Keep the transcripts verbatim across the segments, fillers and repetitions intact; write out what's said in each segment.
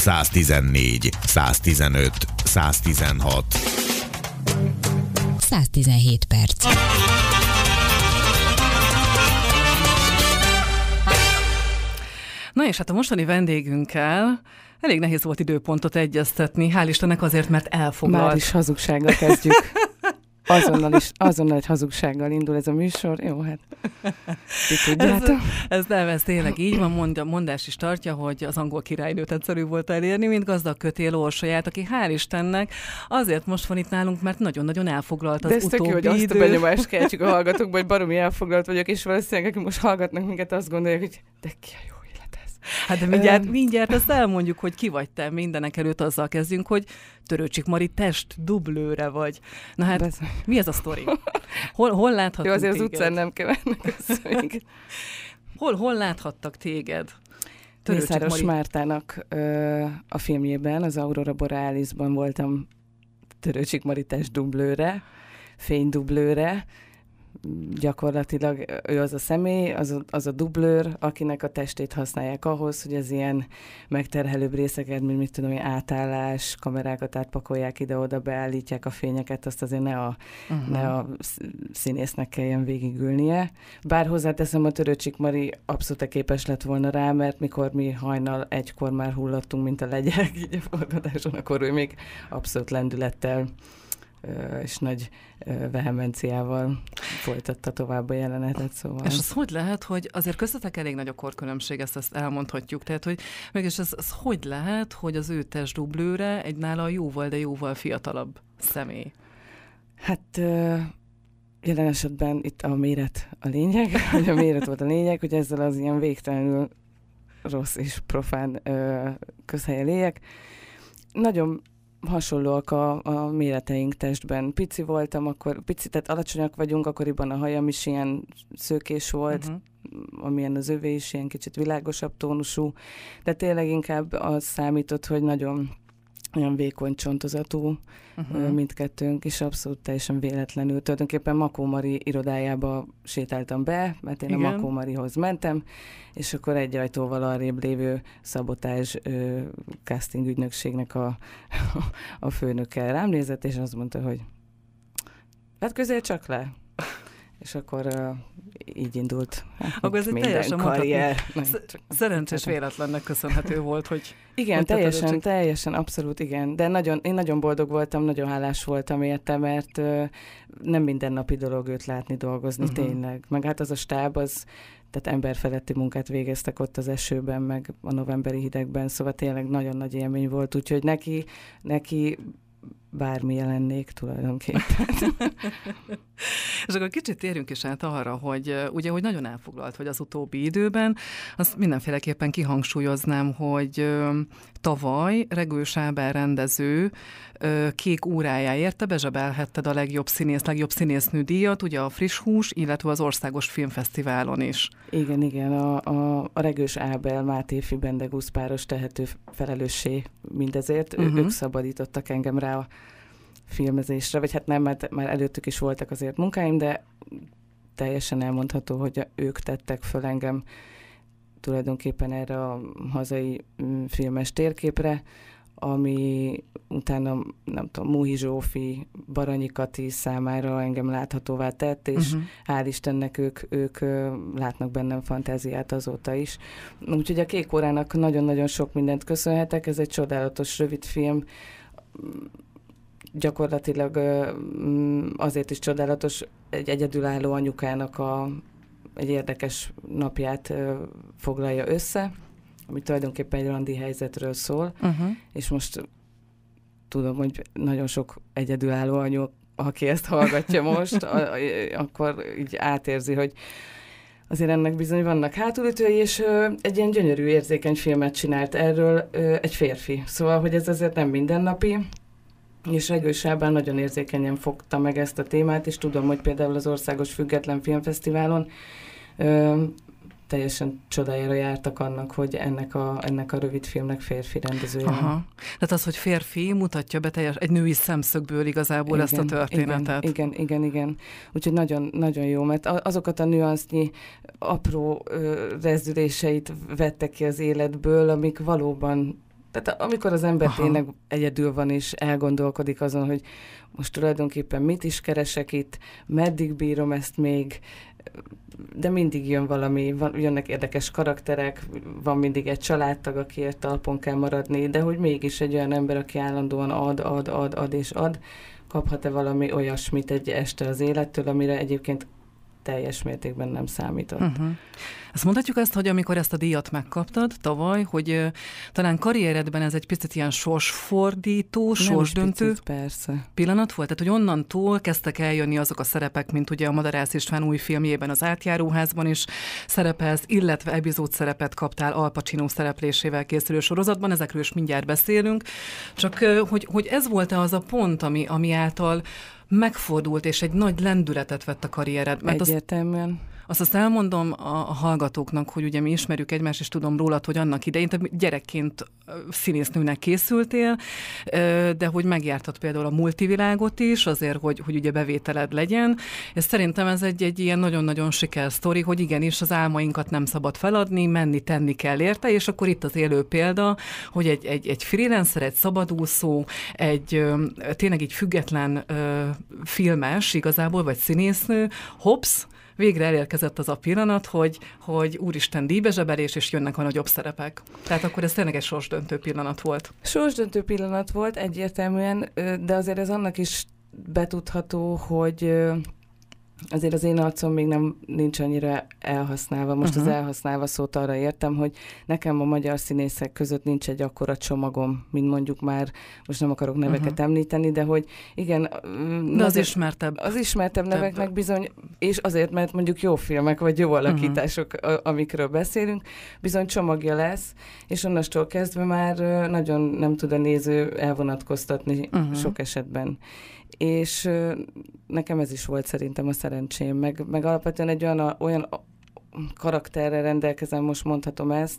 száztizennégy, száztizenöt, száztizenhat. száztizenhét perc. Na és hát a mostani vendégünkkel elég nehéz volt időpontot egyeztetni, hál' Istennek azért, mert elfoglalt. Már is hazugsággal kezdjük. Azonnal is, azonnal egy hazugsággal indul ez a műsor. Jó, hát ti tudjátok. Ez, ez nem, ez tényleg így van, mond, mondás is tartja, hogy az angol királynőt egyszerű volt elérni, mint gazdag kötél Orsolyát, aki hál' Istennek azért most van itt nálunk, mert nagyon-nagyon elfoglalt az utóbbi idő. De ez tök jó, hogy idő. azt a benyomást keltsük a hallgatókba, hogy baromi elfoglalt vagyok, és valószínűleg, akik most hallgatnak minket, azt gondolják, hogy de ki a jó élet ez. Hát de mindjárt, um, mindjárt ezt elmondjuk, hogy ki vagy te, mindenek előtt azzal kezdjünk, hogy Törőcsik Mari test dublőre vagy. Na hát, Bezony. Mi ez a sztori? Hol, hol láthattunk jó, azért téged? az utcán nem kevernek össze. hol, hol láthattak téged? Mészáros Mari... Mártának ö, a filmjében, az Aurora Borealisban voltam Törőcsik Mari test dublőre, fénydublőre. Gyakorlatilag ő az a személy, az a, az a dublőr, akinek a testét használják ahhoz, hogy az ilyen megterhelőbb részeket, mint mit tudom, átállás, kamerákat átpakolják ide-oda, beállítják a fényeket, azt azért ne a, uh-huh. ne a színésznek kelljen végigülnie. Bár hozzáteszem, a Törőcsik Mari abszolút képes lett volna rá, mert mikor mi hajnal egykor már hullottunk, mint a legyek, így a forgatáson, akkor ő még abszolút lendülettel és nagy vehemenciával folytatta tovább a jelenetet, szóval. És az hogy lehet, hogy azért köztetek elég nagy a korkülönbség, ezt, ezt elmondhatjuk, tehát, hogy mégis az, az hogy lehet, hogy az ő testdublőre egy nála jóval, de jóval fiatalabb személy? Hát jelen esetben itt a méret a lényeg, hogy a méret volt a lényeg, hogy ezzel az ilyen végtelenül rossz és profán közhelyen éljek. Nagyon hasonlóak a, a méreteink testben. Pici voltam, akkor pici, tehát alacsonyak vagyunk, akkoriban a hajam is ilyen szőkés volt, uh-huh. amilyen az övé is ilyen kicsit világosabb tónusú, de tényleg inkább az számított, hogy nagyon olyan vékony csontozatú uh-huh. mindkettőnk, és abszolút teljesen véletlenül. Tulajdonképpen Makó Mari irodájába sétáltam be, mert én Igen. a Makó Marihoz mentem, és akkor egy ajtóval arrébb lévő szabotázs ö, casting ügynökségnek a, a főnökkel rám nézett, és azt mondta, hogy hát közél csak le. És akkor uh, így indult. Hát, akkor ez egy teljesen karrier. Sz- szerencsés véletlennek köszönhető volt, hogy... Igen, hogy teljesen, csak... teljesen, abszolút igen. De nagyon, én nagyon boldog voltam, nagyon hálás voltam érte, mert uh, nem mindennapi dolog őt látni, dolgozni, uh-huh. tényleg. Meg hát az a stáb, az, tehát emberfeletti munkát végeztek ott az esőben, meg a novemberi hidegben, szóval tényleg nagyon nagy élmény volt, úgyhogy neki, neki bármi jelennék tulajdonképpen. És akkor kicsit térjünk is át arra, hogy ugye, hogy nagyon elfoglalt vagy az utóbbi időben, azt mindenféleképpen kihangsúlyoznám, hogy tavaly Regős Ábel rendező Kék órájáért te bezsebelhetted a legjobb színész, legjobb színésznő díjat, ugye a Friss Hús, illetve az Országos Filmfesztiválon is. Igen, igen, a, a, a Regős Ábel, Máté Fibendegusz páros tehető felelőssé mindezért. Uh-huh. Ő, ők szabadítottak engem rá a filmezésre, vagy hát nem, mert már előttük is voltak azért munkáim, de teljesen elmondható, hogy ők tettek föl engem tulajdonképpen erre a hazai filmes térképre, ami utána, nem tudom, Múhi Zsófi, Baranyi Kati számára engem láthatóvá tett, és uh-huh. hál' Istennek ők, ők látnak bennem fantáziát azóta is. Úgyhogy a Kék órának nagyon-nagyon sok mindent köszönhetek, ez egy csodálatos rövid film, gyakorlatilag azért is csodálatos, egy egyedülálló anyukának a, egy érdekes napját foglalja össze, ami tulajdonképpen egy randi helyzetről szól, uh-huh. és most tudom, hogy nagyon sok egyedülálló anyu, aki ezt hallgatja most, a, a, akkor így átérzi, hogy azért ennek bizony vannak hátulütői, és ö, egy ilyen gyönyörű, érzékeny filmet csinált erről ö, egy férfi. Szóval, hogy ez azért nem mindennapi, és Regős Ábel nagyon érzékenyen fogta meg ezt a témát, és tudom, hogy például az Országos Független Filmfesztiválon ö, teljesen csodájára jártak annak, hogy ennek a, ennek a rövid filmnek férfi rendezője. Aha. Tehát az, hogy férfi mutatja be teljes, egy női szemszögből igazából igen, ezt a történetet. Igen, igen, igen, igen. Úgyhogy nagyon, nagyon jó, mert azokat a nüansznyi apró ö, rezdüléseit vettek ki az életből, amik valóban Tehát amikor az ember Aha. tényleg egyedül van, és elgondolkodik azon, hogy most tulajdonképpen mit is keresek itt, meddig bírom ezt még, de mindig jön valami, van, jönnek érdekes karakterek, van mindig egy családtag, akiért talpon kell maradni, de hogy mégis egy olyan ember, aki állandóan ad, ad, ad, ad és ad, kaphat-e valami olyasmit egy este az élettől, amire egyébként teljes mértékben nem számított. Uh-huh. Azt mondhatjuk azt, hogy amikor ezt a díjat megkaptad tavaly, hogy uh, talán karrieredben ez egy picit ilyen sorsfordító, sorsdöntő picit, persze. pillanat volt? Tehát, hogy onnantól kezdtek eljönni azok a szerepek, mint ugye a Madarász István új filmjében, az Átjáróházban is szerepelsz, illetve epizód szerepet kaptál Al Pacino szereplésével készülő sorozatban, ezekről is mindjárt beszélünk. Csak, uh, hogy, hogy ez volt-e az a pont, ami, ami által megfordult, és egy nagy lendületet vett a karriered? Mert Egyértelműen. Azt, azt azt elmondom a, a hallgatóknak, hogy ugye mi ismerjük egymást, és tudom rólad, hogy annak idején, te gyerekként színésznőnek készültél, de hogy megjártad például a multivilágot is, azért, hogy, hogy ugye bevételed legyen, és szerintem ez egy, egy ilyen nagyon-nagyon sikersztori, hogy igenis az álmainkat nem szabad feladni, menni, tenni kell érte, és akkor itt az élő példa, hogy egy, egy, egy freelancer, egy szabadúszó, egy tényleg egy független ö, filmes igazából, vagy színésznő, hops, végre elérkezett az a pillanat, hogy, hogy úristen díjbezsebelés, és jönnek a nagyobb szerepek. Tehát akkor ez tényleg egy sorsdöntő pillanat volt. Sorsdöntő pillanat volt egyértelműen, de azért ez annak is betudható, hogy azért az én arcom még nem nincs annyira elhasználva. Most uh-huh. az elhasználva szót arra értem, hogy nekem a magyar színészek között nincs egy akkora csomagom, mint mondjuk már, most nem akarok neveket uh-huh. említeni, de hogy igen. De az ismertebb. Az ismertebb neveknek bizony, és azért, mert mondjuk jó filmek, vagy jó alakítások, uh-huh. amikről beszélünk, bizony csomagja lesz, és onnastól kezdve már nagyon nem tud a néző elvonatkoztatni uh-huh. sok esetben. És nekem ez is volt szerintem a szerencsém, meg, meg alapvetően egy olyan, olyan karakterrel rendelkezem, most mondhatom ezt,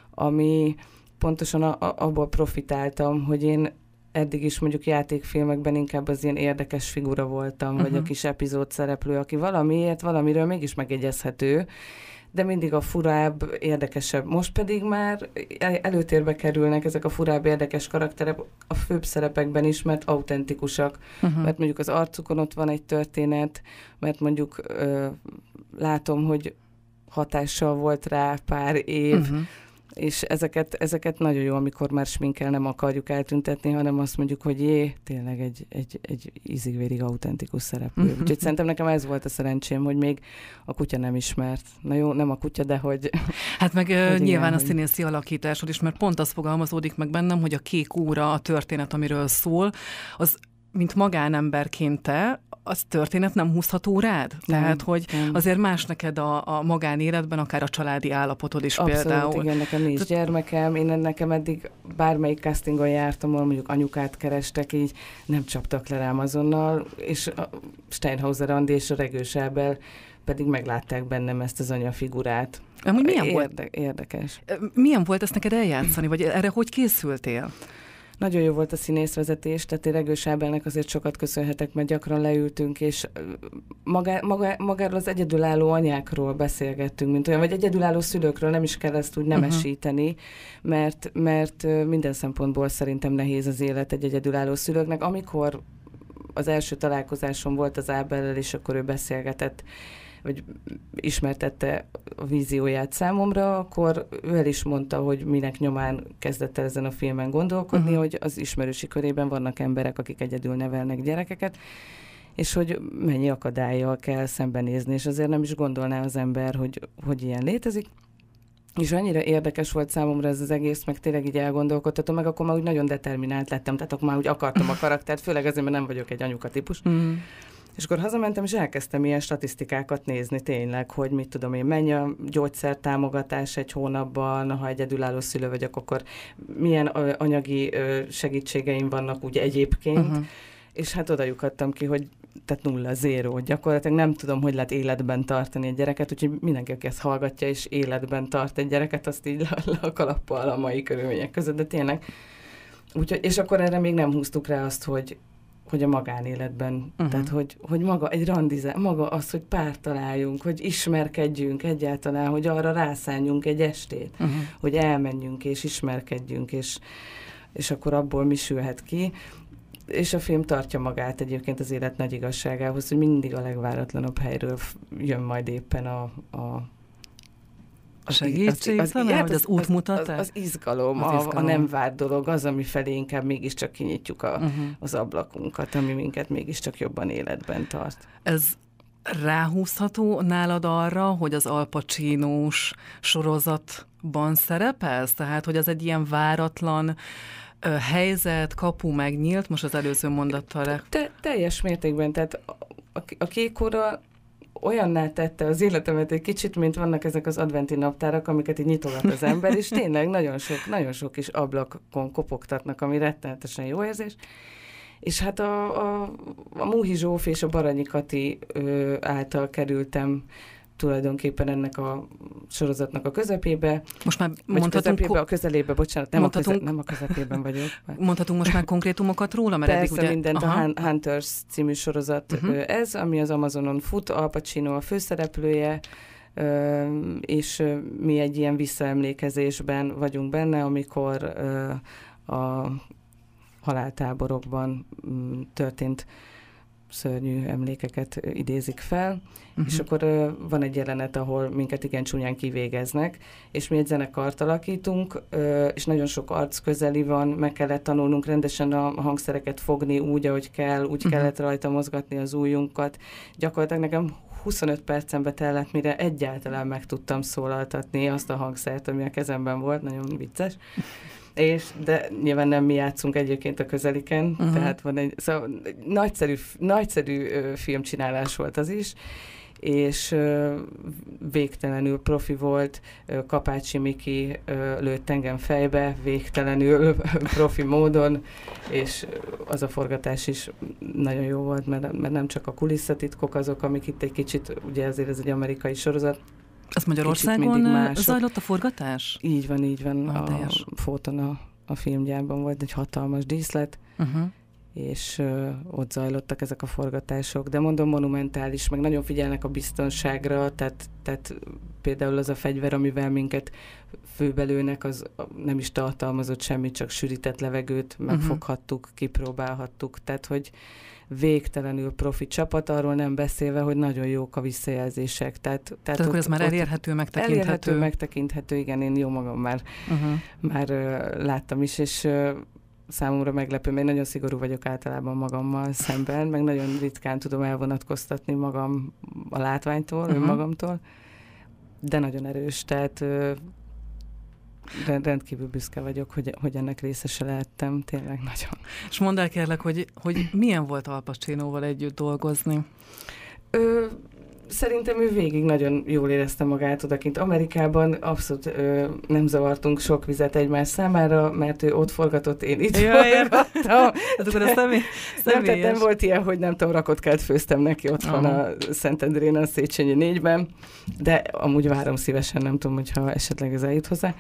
ami pontosan a, a, abból profitáltam, hogy én eddig is mondjuk játékfilmekben inkább az ilyen érdekes figura voltam, uh-huh. vagy a kis epizód szereplő, aki valamiért, valamiről mégis megjegyezhető, de mindig a furább, érdekesebb. Most pedig már előtérbe kerülnek ezek a furább, érdekes karakterek a főbb szerepekben is, mert autentikusak. Uh-huh. Mert mondjuk az arcukon ott van egy történet, mert mondjuk ö, látom, hogy hatással volt rá pár év, uh-huh. és ezeket, ezeket nagyon jó, amikor már sminkkel nem akarjuk eltüntetni, hanem azt mondjuk, hogy jé, tényleg egy, egy, egy ízig-vérig autentikus szereplő. Uh-huh. Úgyhogy szerintem nekem ez volt a szerencsém, hogy még a kutya nem ismert. Na jó, nem a kutya, de hogy... Hát meg hogy nyilván igen, a színészi alakításod is, mert pont az fogalmazódik meg bennem, hogy a Kék óra, a történet, amiről szól, az mint magánemberként te, az történet nem húzható rád? Nem, Tehát, hogy nem. azért más neked a, a magánéletben, akár a családi állapotod is Abszolút, például. igen, nekem nincs Te... gyermekem, én nekem eddig bármelyik castingon jártam, ahol mondjuk anyukát kerestek, így nem csaptak le rám azonnal, és a Steinhauser Andi és a Regős Ábel pedig meglátták bennem ezt az anyafigurát. Amúgy milyen Érde- volt? Érdekes. Milyen volt ezt neked eljátszani, vagy erre hogy készültél? Nagyon jó volt a színészvezetés, tehát én Regős Ábelnek azért sokat köszönhetek, mert gyakran leültünk, és magá, magá, magáról az egyedülálló anyákról beszélgettünk, mint olyan, vagy egyedülálló szülőkről, nem is kell ezt úgy nemesíteni, uh-huh. mert, mert minden szempontból szerintem nehéz az élet egy egyedülálló szülőknek. Amikor az első találkozásom volt az Ábellel, és akkor ő beszélgetett, vagy ismertette a vízióját számomra, akkor ő el is mondta, hogy minek nyomán kezdett el ezen a filmen gondolkodni, uh-huh. hogy az ismerősi körében vannak emberek, akik egyedül nevelnek gyerekeket, és hogy mennyi akadállyal kell szembenézni, és azért nem is gondolná az ember, hogy, hogy ilyen létezik. És annyira érdekes volt számomra ez az egész, meg tényleg így elgondolkodtatom, meg akkor már úgy nagyon determinált lettem, tehát akkor már úgy akartam a karaktert, főleg azért, mert nem vagyok egy anyuka típus. Uh-huh. És akkor hazamentem, és elkezdtem ilyen statisztikákat nézni tényleg, hogy mit tudom én, mennyi a gyógyszertámogatás egy hónapban, ha egyedülálló szülő vagyok, akkor milyen anyagi segítségeim vannak úgy egyébként, uh-huh. és hát oda lyukadtam ki, hogy tehát nulla, zéró. Gyakorlatilag nem tudom, hogy lehet életben tartani egy gyereket, úgyhogy mindenki, aki ezt hallgatja, és életben tart egy gyereket, azt így le, le a kalappal a mai körülmények között, de tényleg. Úgyhogy, és akkor erre még nem húztuk rá azt, hogy hogy a magánéletben, uh-huh. tehát hogy, hogy maga egy randizál, maga az, hogy párt találjunk, hogy ismerkedjünk egyáltalán, hogy arra rászálljunk egy estét, uh-huh. hogy elmenjünk és ismerkedjünk, és, és akkor abból mi sülhet ki. És a film tartja magát egyébként az élet nagy igazságához, hogy mindig a legváratlanabb helyről jön majd éppen a, a A segítség, az, az, talán, az, az útmutatás? Az, az, az, izgalom, az izgalom. A, a nem várt dolog, az, ami felé inkább mégiscsak kinyitjuk a, uh-huh. az ablakunkat, ami minket mégiscsak jobban életben tart. Ez ráhúzható nálad arra, hogy az Al Pacino-s sorozatban szerepelsz? Tehát, hogy az egy ilyen váratlan ö, helyzet, kapu megnyílt, most az előző mondattal. Te, te, teljes mértékben, tehát a, a Kék óra olyanná tette az életemet egy kicsit, mint vannak ezek az adventi naptárak, amiket így nyitogat az ember, és tényleg nagyon sok, nagyon sok kis ablakon kopogtatnak, ami rettenetesen jó érzés. És hát a, a, a Múhi Zsóf és a Baranyi Kati ö, által kerültem tulajdonképpen ennek a sorozatnak a közepébe. Most már vagy mondhatunk... közepébe, a közelébe, bocsánat, nem, a, köze, nem a közepében vagyok. Mondhatunk most már konkrétumokat róla? Mert persze, ugye... mindent. Aha. A Hunters című sorozat uh-huh. ez, ami az Amazonon fut, Al Pacino a főszereplője, és mi egy ilyen visszaemlékezésben vagyunk benne, amikor a haláltáborokban történt szörnyű emlékeket idézik fel, uh-huh. és akkor uh, van egy jelenet, ahol minket igen csúnyán kivégeznek, és mi egy zenekart alakítunk, uh, és nagyon sok arc közeli van, meg kellett tanulnunk rendesen a hangszereket fogni úgy, ahogy kell, úgy uh-huh. kellett rajta mozgatni az ujjunkat. Gyakorlatilag nekem huszonöt percembe tellett, mire egyáltalán meg tudtam szólaltatni azt a hangszert, ami a kezemben volt, nagyon vicces. És, de nyilván nem mi játszunk egyébként a közeliken, uh-huh. tehát van egy, szóval nagyszerű, nagyszerű ö, filmcsinálás volt az is, és ö, végtelenül profi volt, ö, Kapácsi Miki ö, lőtt engem fejbe, végtelenül profi módon, és az a forgatás is nagyon jó volt, mert, mert nem csak a kulisszatitkok azok, amik itt egy kicsit, ugye azért ez egy amerikai sorozat. Az Magyarországon zajlott a forgatás? Így van, így van. Ah, a Fóton a, a filmgyárban volt egy hatalmas díszlet, uh-huh. és uh, ott zajlottak ezek a forgatások, de mondom monumentális, meg nagyon figyelnek a biztonságra, tehát, tehát például az a fegyver, amivel minket főbelőnek, az nem is tartalmazott semmit, csak sűrített levegőt, megfoghattuk, uh-huh. kipróbálhattuk, tehát hogy végtelenül profi csapat, arról nem beszélve, hogy nagyon jók a visszajelzések. Tehát, tehát, tehát ott, akkor ez már elérhető, megtekinthető? Elérhető, megtekinthető, igen, én jó magam már, uh-huh. már uh, láttam is, és uh, számomra meglepő, mert nagyon szigorú vagyok általában magammal szemben, meg nagyon ritkán tudom elvonatkoztatni magam a látványtól, uh-huh. önmagamtól, de nagyon erős, tehát uh, rendkívül büszke vagyok, hogy, hogy ennek részese lehettem, tényleg nagyon. És mondd el kérlek, hogy, hogy milyen volt Al Pacinoval együtt dolgozni? Ö, szerintem ő végig nagyon jól érezte magát odakint. Amerikában abszolút ö, nem zavartunk sok vizet egymás számára, mert ő ott forgatott, én itt ja, forgattam. Hát akkor ez személy, nem, tehát nem volt ilyen, hogy nem tudom, rakotkát főztem neki otthon uh-huh. a Szentendrén, a Széchenyi négyben, de amúgy várom szívesen, nem tudom, hogyha esetleg ez eljut hozzá.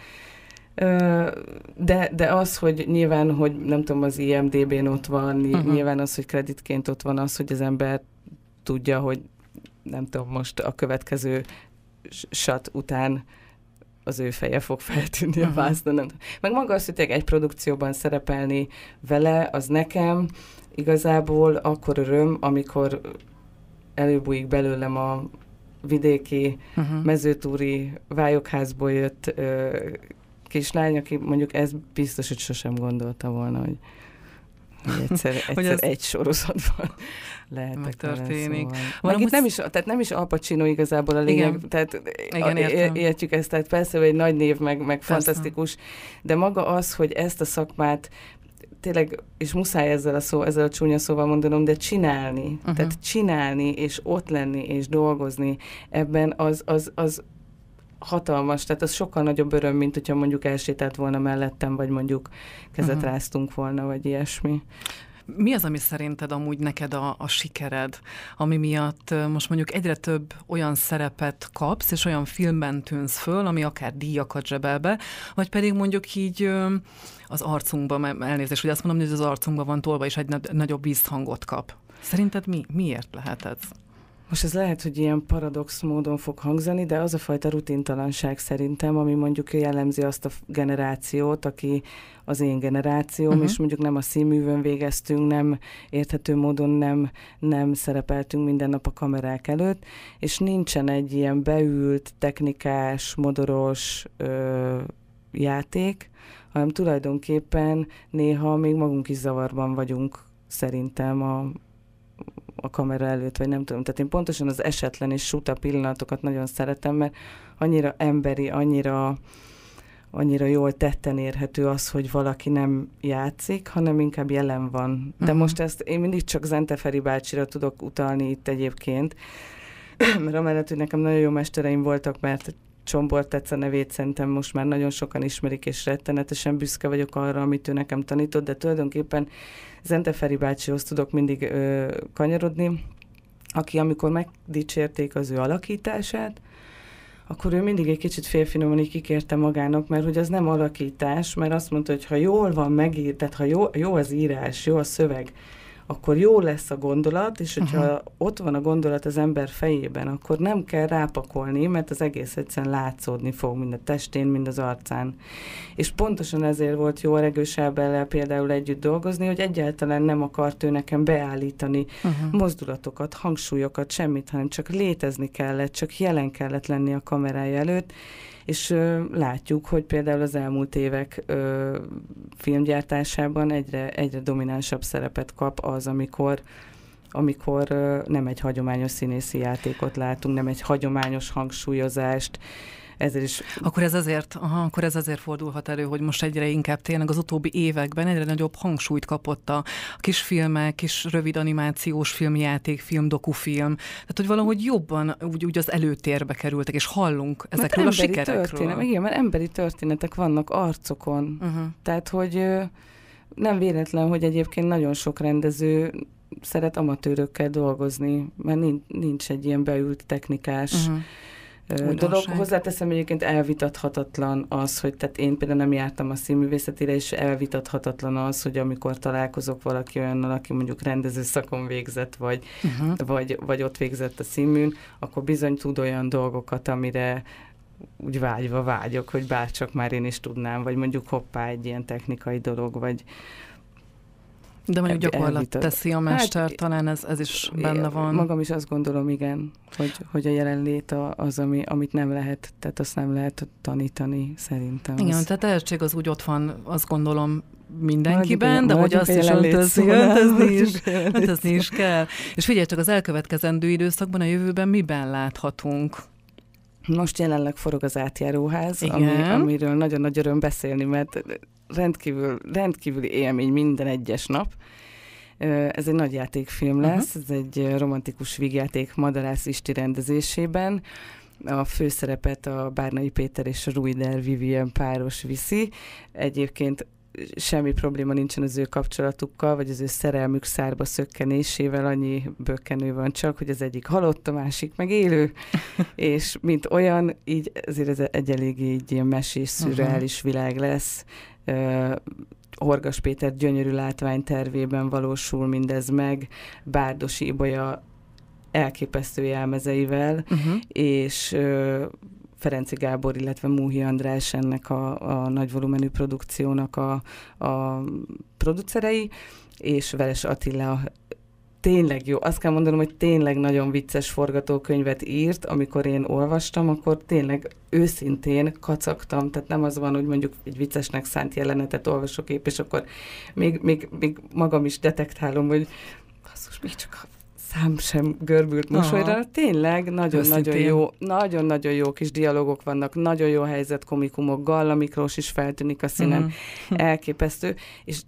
De, de az, hogy nyilván, hogy nem tudom, az I M D B-n ott van, uh-huh. nyilván az, hogy kreditként ott van az, hogy az ember tudja, hogy nem tudom, most a következő sat után az ő feje fog feltűnni uh-huh. a vásznon. Meg maga az, hogy egy produkcióban szerepelni vele, az nekem igazából akkor öröm, amikor előbújik belőlem a vidéki, uh-huh. mezőtúri vályokházból jött ö, kislány, aki mondjuk ez biztos, hogy sosem gondolta volna, hogy, hogy egyszer, egyszer hogy egy sorozatban lehetek történik. Szóval. Itt nem is, tehát nem is Al Pacino igazából a lényeg, igen. tehát igen, a, értjük ezt, tehát persze, hogy egy nagy név, meg, meg fantasztikus, de maga az, hogy ezt a szakmát tényleg, és muszáj ezzel a, szó, ezzel a csúnya szóval mondanom, de csinálni, uh-huh. tehát csinálni, és ott lenni, és dolgozni ebben az, az, az hatalmas, tehát az sokkal nagyobb öröm, mint hogyha mondjuk elsétált volna mellettem, vagy mondjuk kezet uh-huh. ráztunk volna, vagy ilyesmi. Mi az, ami szerinted amúgy neked a, a sikered, ami miatt most mondjuk egyre több olyan szerepet kapsz, és olyan filmben tűnsz föl, ami akár díjakat zsebel be, vagy pedig mondjuk így az arcunkban, elnézést, hogy azt mondom, hogy az arcunkban van tolva, és egy nagyobb vízhangot kap. Szerinted mi? Miért lehet ez? Most ez lehet, hogy ilyen paradox módon fog hangzani, de az a fajta rutintalanság szerintem, ami mondjuk jellemzi azt a generációt, aki az én generációm, uh-huh. és mondjuk nem a színművön végeztünk, nem érthető módon nem, nem szerepeltünk minden nap a kamerák előtt, és nincsen egy ilyen beült, technikás, modoros ö, játék, hanem tulajdonképpen néha még magunk is zavarban vagyunk szerintem a a kamera előtt, vagy nem tudom. Tehát én pontosan az esetlen és suta pillanatokat nagyon szeretem, mert annyira emberi, annyira, annyira jól tetten érhető az, hogy valaki nem játszik, hanem inkább jelen van. De uh-huh. most ezt én mindig csak Zenteferi bácsira tudok utalni itt egyébként, mert amellett, hogy nekem nagyon jó mestereim voltak, mert Csombor Teca nevét szerintem most már nagyon sokan ismerik, és rettenetesen büszke vagyok arra, amit ő nekem tanított, de tulajdonképpen Zenteferi bácsihoz tudok mindig ö, kanyarodni, aki amikor megdicsérték az ő alakítását, akkor ő mindig egy kicsit félfinoman így kikérte magának, mert hogy az nem alakítás, mert azt mondta, hogy ha jól van megírt, tehát ha jó, jó az írás, jó a szöveg, akkor jó lesz a gondolat, és hogyha uh-huh. ott van a gondolat az ember fejében, akkor nem kell rápakolni, mert az egész egyszerűen látszódni fog mind a testén, mind az arcán. És pontosan ezért volt jó a Regős Ábellel például együtt dolgozni, hogy egyáltalán nem akart ő nekem beállítani uh-huh. mozdulatokat, hangsúlyokat, semmit, hanem csak létezni kellett, csak jelen kellett lenni a kamerája előtt, és ö, látjuk, hogy például az elmúlt évek ö, filmgyártásában egyre, egyre dominánsabb szerepet kap az, amikor, amikor ö, nem egy hagyományos színészi játékot látunk, nem egy hagyományos hangsúlyozást. Ezért is... Akkor ez azért, aha, akkor ez azért fordulhat elő, hogy most egyre inkább tényleg az utóbbi években egyre nagyobb hangsúlyt kapott a kisfilmek, kis rövid animációs filmjáték, film, dokufilm. Tehát, hogy valahogy jobban úgy, úgy az előtérbe kerültek, és hallunk ezekről a sikerekről. Történet, igen, mert emberi történetek vannak arcokon. Uh-huh. Tehát, hogy nem véletlen, hogy egyébként nagyon sok rendező szeret amatőrökkel dolgozni, mert nincs, nincs egy ilyen beült technikás uh-huh. dolog. Hozzáteszem, egyébként elvitathatatlan az, hogy tehát én például nem jártam a színművészetére, és elvitathatatlan az, hogy amikor találkozok valaki olyannal, aki mondjuk rendező szakon végzett, vagy, uh-huh. vagy, vagy ott végzett a színműn, akkor bizony tud olyan dolgokat, amire úgy vágyva vágyok, hogy bárcsak már én is tudnám, vagy mondjuk hoppá, egy ilyen technikai dolog, vagy de mondjuk gyakorlat elvitat. Teszi a mester, hát, talán ez, ez is benne van. Magam is azt gondolom, igen, hogy, hogy a jelenlét az, ami, amit nem lehet, tehát azt nem lehet tanítani, szerintem. Igen, az... tehát tehetség az úgy ott van, azt gondolom, mindenkiben, Maradjuk, de hogy azt is öntözni, öntözni is, öntözni is kell. És figyelj csak, az elkövetkezendő időszakban, a jövőben miben láthatunk? Most jelenleg forog az átjáróház, ami, amiről nagyon nagy öröm beszélni, mert rendkívül, rendkívüli élmény minden egyes nap. Ez egy nagy játékfilm lesz, uh-huh. ez egy romantikus vígjáték Madarász Isti rendezésében. A főszerepet a Bárnai Péter és a Ruider Vivien páros viszi. Egyébként semmi probléma nincsen az ő kapcsolatukkal, vagy az ő szerelmük szárba szökkenésével, annyi bökkenő van csak, hogy az egyik halott, a másik meg élő, és mint olyan, így azért ez egy eléggé így ilyen mesés, szürreális uh-huh. világ lesz. Uh, Horgas Péter gyönyörű látványtervében valósul mindez meg, Bárdosi Ibolya elképesztő jelmezeivel, uh-huh. és uh, Ferenci Gábor, illetve Múhi András ennek a, a nagy volumenű produkciónak a, a producerei, és Veres Attila tényleg jó. Azt kell mondanom, hogy tényleg nagyon vicces forgatókönyvet írt. Amikor én olvastam, akkor tényleg őszintén kacagtam. Tehát nem az van, hogy mondjuk egy viccesnek szánt jelenetet olvasok épp, és akkor még, még, még magam is detektálom, hogy basszus, még csak szám sem görbült mosolyra. Aha. Tényleg nagyon-nagyon jó, nagyon-nagyon jó kis dialogok vannak, nagyon jó helyzetkomikumok, Galla Miklós is feltűnik a színen, uh-huh. elképesztő, és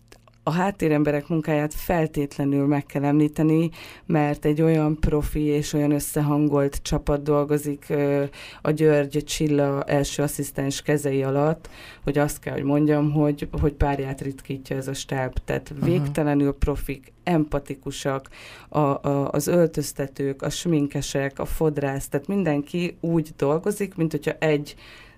a háttéremberek munkáját feltétlenül meg kell említeni, mert egy olyan profi és olyan összehangolt csapat dolgozik a György Csilla első asszisztens kezei alatt, hogy azt kell, hogy mondjam, hogy, hogy párját ritkítja ez a stáb. Tehát végtelenül profik, empatikusak, a, a, az öltöztetők, a sminkesek, a fodrász, tehát mindenki úgy dolgozik, mint hogyha egy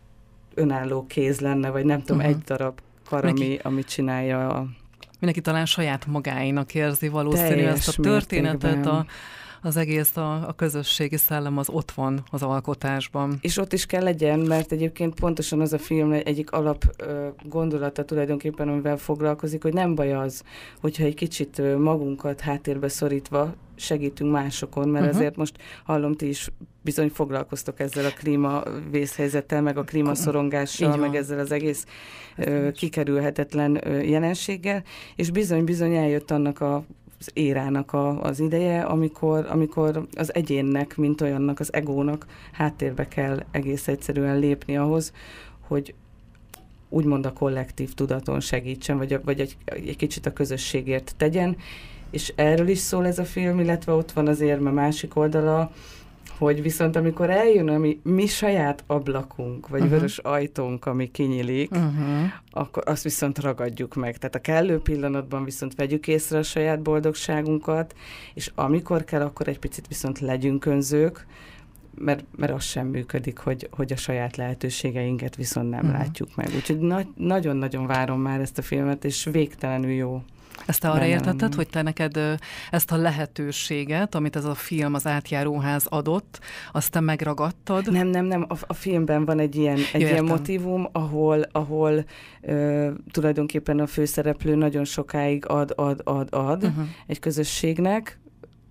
önálló kéz lenne, vagy nem tudom, uh-huh. egy darab kar, ami, amit csinálja a... Mindenki talán saját magáinak érzi valószínű ezt a történetet, a, az egész, a, a közösségi szellem az ott van az alkotásban. És ott is kell legyen, mert egyébként pontosan az a film egyik alap ö, gondolata tulajdonképpen, amivel foglalkozik, hogy nem baj az, hogyha egy kicsit ö, magunkat háttérbe szorítva segítünk másokon, mert uh-huh. azért most hallom, ti is bizony foglalkoztok ezzel a klímavészhelyzettel, meg a klímaszorongással, meg ezzel az egész ö, kikerülhetetlen ö, jelenséggel, és bizony-bizony eljött annak a az érának a, az ideje, amikor, amikor az egyénnek, mint olyannak, az egónak háttérbe kell egész egyszerűen lépni ahhoz, hogy úgymond a kollektív tudaton segítsen, vagy, a, vagy egy, egy kicsit a közösségért tegyen, és erről is szól ez a film, illetve ott van az érme másik oldala, hogy viszont amikor eljön a mi, mi saját ablakunk, vagy uh-huh. vörös ajtónk, ami kinyílik, uh-huh. akkor azt viszont ragadjuk meg. Tehát a kellő pillanatban viszont vegyük észre a saját boldogságunkat, és amikor kell, akkor egy picit viszont legyünk önzők, mert, mert az sem működik, hogy, hogy a saját lehetőségeinket viszont nem uh-huh. látjuk meg. Úgyhogy na- nagyon-nagyon várom már ezt a filmet, és végtelenül jó. Ezt te arra értetted, hogy te neked ezt a lehetőséget, amit ez a film, az Átjáróház adott, azt te megragadtad? Nem, nem, nem. A, a filmben van egy ilyen, egy ilyen motívum, ahol, ahol ö, tulajdonképpen a főszereplő nagyon sokáig ad, ad, ad, ad uh-huh. egy közösségnek,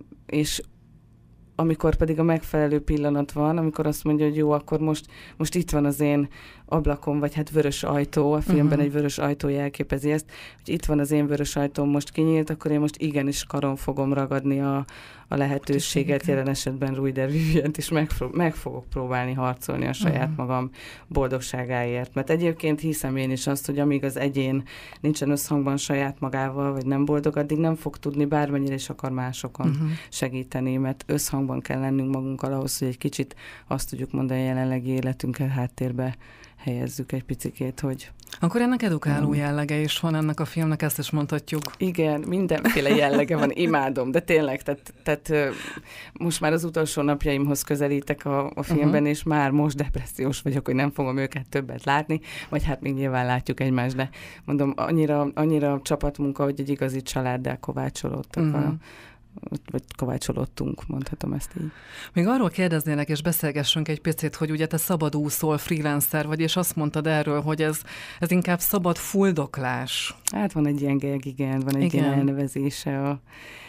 és amikor pedig a megfelelő pillanat van, amikor azt mondja, hogy jó, akkor most, most itt van az én ablakom, vagy hát vörös ajtó, a filmben uh-huh. egy vörös ajtó jelképezi ezt, hogy itt van az én vörös ajtóm, most kinyílt, akkor én most igenis karon fogom ragadni a, a lehetőséget, jelen esetben Ruider Vivient, és meg, meg fogok próbálni harcolni a saját uh-huh. magam boldogságáért. Mert egyébként hiszem én is azt, hogy amíg az egyén nincsen összhangban saját magával, vagy nem boldog, addig nem fog tudni bármennyire is akar másokon uh-huh. segíteni, mert összhangban kell lennünk magunkkal ahhoz, hogy egy kicsit azt tudjuk mondani, a jelenlegi életünket háttérbe helyezzük egy picikét, hogy... Akkor ennek edukáló jellege is van ennek a filmnek, ezt is mondhatjuk. Igen, mindenféle jellege van, imádom, de tényleg, tehát, tehát most már az utolsó napjaimhoz közelítek a, a filmben, uh-huh. és már most depressziós vagyok, hogy nem fogom őket többet látni, vagy hát még nyilván látjuk egymást, de mondom, annyira, annyira csapatmunka, hogy egy igazi családdá kovácsolódtak uh-huh. a vagy kovácsolódtunk, mondhatom ezt így. Még arról kérdeznének, és beszélgessünk egy picit, hogy ugye te szabadúszol, freelancer vagy, és azt mondtad erről, hogy ez, ez inkább szabad fuldoklás. Hát van egy ilyen gag, igen, van egy igen. ilyen elnevezése a,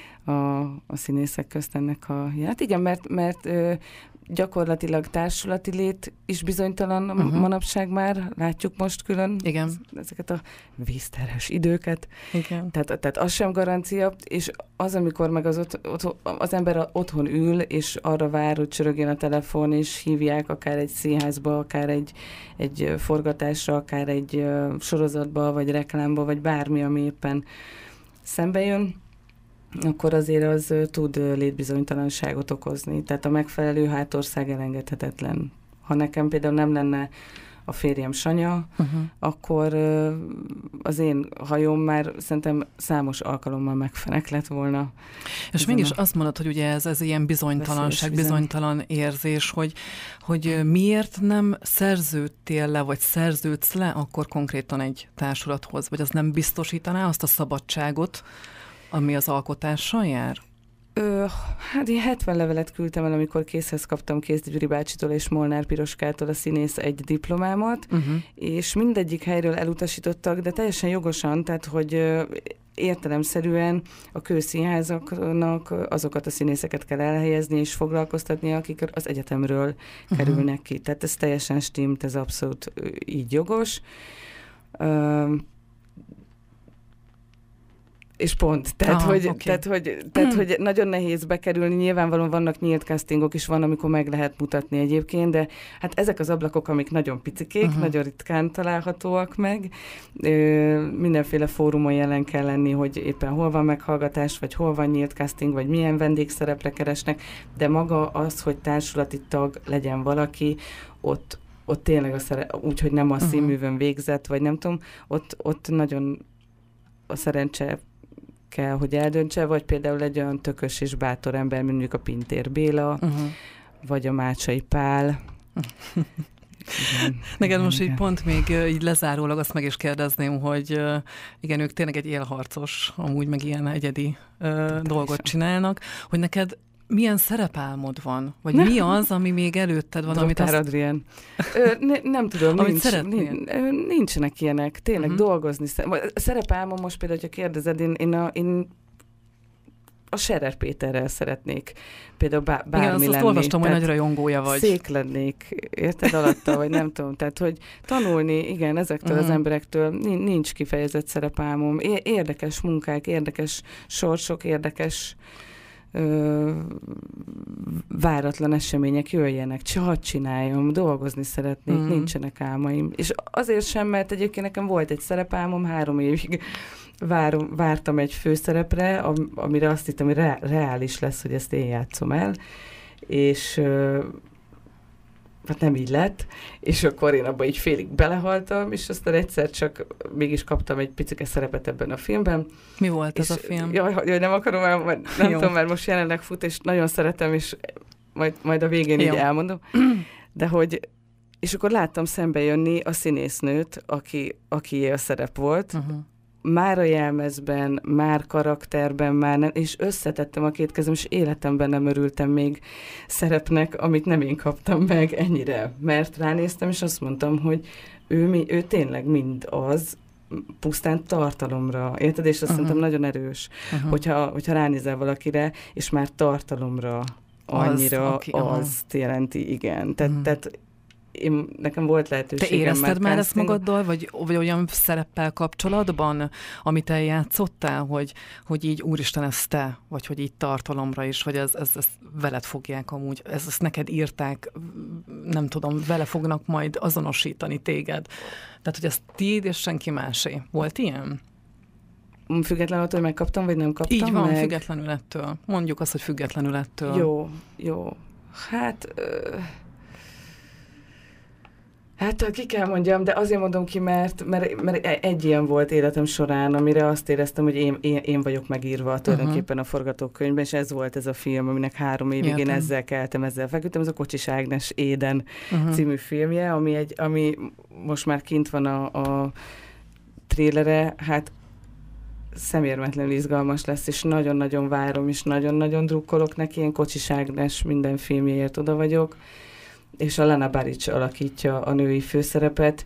a, a színészek közt ennek a... Hát igen, mert, mert ö, gyakorlatilag társulati lét is bizonytalan uh-huh. manapság már, látjuk most külön igen. ezeket a vízterhes időket. Igen. Tehát, tehát az sem garancia, és az, amikor meg az, ot, ot, az ember otthon ül, és arra vár, hogy csörögjön a telefon, és hívják akár egy színházba, akár egy, egy forgatásra, akár egy uh, sorozatba, vagy reklámba, vagy bármi, ami éppen szembe jön, akkor azért az tud létbizonytalanságot okozni. Tehát a megfelelő hátország elengedhetetlen. Ha nekem például nem lenne a férjem Sanya, uh-huh. akkor az én hajóm már szerintem számos alkalommal megfenek lett volna. És mégis a... azt mondod, hogy ugye ez, ez ilyen bizonytalanság, bizonytalan érzés, hogy, hogy miért nem szerződtél le, vagy szerződsz le akkor konkrétan egy társulathoz, vagy az nem biztosítaná azt a szabadságot, ami az alkotással jár? Ö, hát én hetven levelet küldtem el, amikor készhez kaptam Kézdi Gyuri bácsitól és Molnár Piroskától a színész egy diplomámat, uh-huh. és mindegyik helyről elutasítottak, de teljesen jogosan, tehát hogy ö, értelemszerűen a kőszínházaknak azokat a színészeket kell elhelyezni és foglalkoztatni, akik az egyetemről uh-huh. kerülnek ki. Tehát ez teljesen stimmt, ez abszolút így jogos. Ö, és pont. Tehát, Aha, hogy, okay. tehát, hogy, tehát hogy nagyon nehéz bekerülni. Nyilvánvalóan vannak nyílt castingok is, van, amikor meg lehet mutatni egyébként, de hát ezek az ablakok, amik nagyon picikék, uh-huh. nagyon ritkán találhatóak meg. Ö, mindenféle fórumon jelen kell lenni, hogy éppen hol van meghallgatás, vagy hol van nyílt casting, vagy milyen vendégszerepre keresnek, de maga az, hogy társulati tag legyen valaki, ott, ott tényleg a szere- úgy, hogy nem a uh-huh. színművön végzett, vagy nem tudom, ott, ott nagyon a szerencse kell, hogy eldöntse, vagy például egy olyan tökös és bátor ember, mint mondjuk a Pintér Béla, uh-huh. vagy a Mácsai Pál. Igen, Neked most igen. így pont még így lezárólag azt meg is kérdezném, hogy igen, ők tényleg egy élharcos, amúgy meg ilyen egyedi uh, dolgot csinálnak, hogy neked milyen szerepálmod van? Vagy mi az, ami még előtted van, amit azt... Adrián. Ö, ne, nem tudom, amit nincs, nincs, nincsenek ilyenek. Tényleg uh-huh. dolgozni. Szerepálmom most például, hogyha kérdezed, én, én, a, én a Scherer Péterrel szeretnék például bá, bármi igen, azt lenni. Igen, olvastam, hogy nagy rajongója vagy. Szék lennék, érted alatta, vagy nem tudom. Tehát, hogy tanulni, igen, ezektől uh-huh. az emberektől nincs kifejezett szerepálmom. Érdekes munkák, érdekes sorsok, érdekes Ö, váratlan események jöjjenek, hadd csináljam, dolgozni szeretnék, mm. nincsenek álmaim. És azért sem, mert egyébként nekem volt egy szerepálmom, három évig várom, vártam egy főszerepre, am, amire azt hittem, hogy re, reális lesz, hogy ezt én játszom el, és ö, hát nem így lett, és akkor én abban így félig belehaltam, és aztán egyszer csak mégis kaptam egy picike szerepet ebben a filmben. Mi volt ez a film? Jaj, jaj, nem akarom, el, nem tudom, mert most jelenleg fut, és nagyon szeretem, és majd, majd a végén Jó. így elmondom. De hogy, és akkor láttam szembe jönni a színésznőt, aki, aki a szerep volt, uh-huh. már a jelmezben, már karakterben, már nem, és összetettem a két kezem, és életemben nem örültem még szerepnek, amit nem én kaptam meg ennyire. Mert ránéztem, és azt mondtam, hogy ő, mi, ő tényleg mind az, pusztán tartalomra, érted? És azt uh-huh. szerintem nagyon erős, uh-huh. hogyha, hogyha ránézel valakire, és már tartalomra annyira az, okay, azt jelenti, igen. Tehát, uh-huh. tehát én, nekem volt lehetőségem. Te érezted már, már ezt magaddal, vagy, vagy olyan szereppel kapcsolatban, amit eljátszottál, hogy, hogy így úristen, ez te, vagy hogy így tartalomra is, vagy ez, ez, ez veled fogják amúgy, ez, ezt neked írták, nem tudom, vele fognak majd azonosítani téged. Tehát, hogy ez tiéd és senki másé. Volt ilyen? Függetlenül attól, hogy megkaptam, vagy nem kaptam Így van, meg? Függetlenül ettől. Mondjuk azt, hogy függetlenül ettől. Jó, jó. Hát... Ö... Hát ki kell mondjam, de azért mondom ki, mert, mert, mert egy ilyen volt életem során, amire azt éreztem, hogy én, én, én vagyok megírva tulajdonképpen uh-huh. a forgatókönyvben, és ez volt ez a film, aminek három évig Értem. Én ezzel keltem, ezzel feküdtem. Ez a Kocsis Ágnes Éden uh-huh. című filmje, ami, egy, ami most már kint van a, a trélere, hát szemérmetlenül izgalmas lesz, és nagyon-nagyon várom, és nagyon-nagyon drukkolok neki, én Kocsis Ágnes minden filmjéért oda vagyok, és a Lana Barics alakítja a női főszerepet.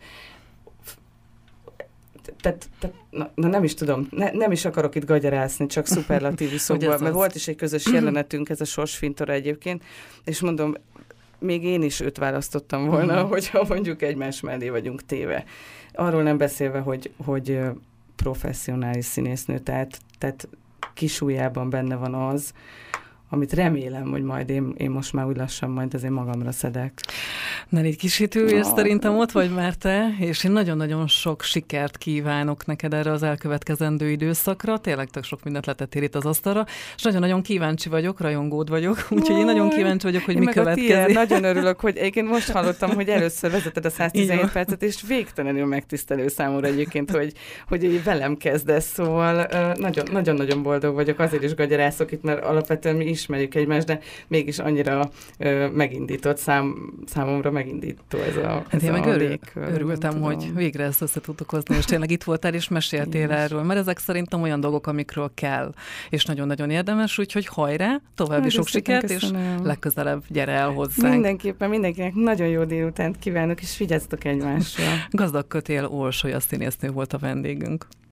Tehát, tehát na, na nem is tudom, ne, nem is akarok itt gagyarászni, csak szuperlatívuszokban, mert az... volt is egy közös jelenetünk, ez a sorsfintora egyébként, és mondom, még én is őt választottam volna, mm. hogyha mondjuk egymás mellé vagyunk téve. Arról nem beszélve, hogy, hogy professzionális színésznő, tehát, tehát kisújjában benne van az, amit remélem, hogy majd én, én most már úgy lassan majd azért magamra szedek. Nelly Kishitű, és szerintem ott vagy már te, és én nagyon-nagyon sok sikert kívánok neked erre az elkövetkezendő időszakra. Tényleg tök sok mindent letettél itt az asztalra, és nagyon-nagyon kíváncsi vagyok, rajongód vagyok, úgyhogy én nagyon kíváncsi vagyok, hogy én mi következik. Nagyon örülök, hogy egyébként most hallottam, hogy először vezeted a száztizenhét percet, és végtelenül megtisztelő számomra egyébként, hogy, hogy velem kezdesz, szóval nagyon-nagyon boldog vagyok, azért is gagyarászok itt, mert alapvetően mi ismerjük egymást, de mégis annyira ö, megindított szám, számomra megindító ez a Hát én a meg örül, légkör, örültem, hogy végre ezt össze tudtuk hozni, és tényleg itt voltál, és meséltél erről, mert ezek szerintem olyan dolgok, amikről kell, és nagyon-nagyon érdemes, úgyhogy hajrá, további hát sok sikert, és legközelebb gyere el hozzánk. Mindenképpen, mindenkinek nagyon jó délutánt kívánok, és vigyázzatok egymásra. Gazdag Kötél Orsolya színésznő volt a vendégünk.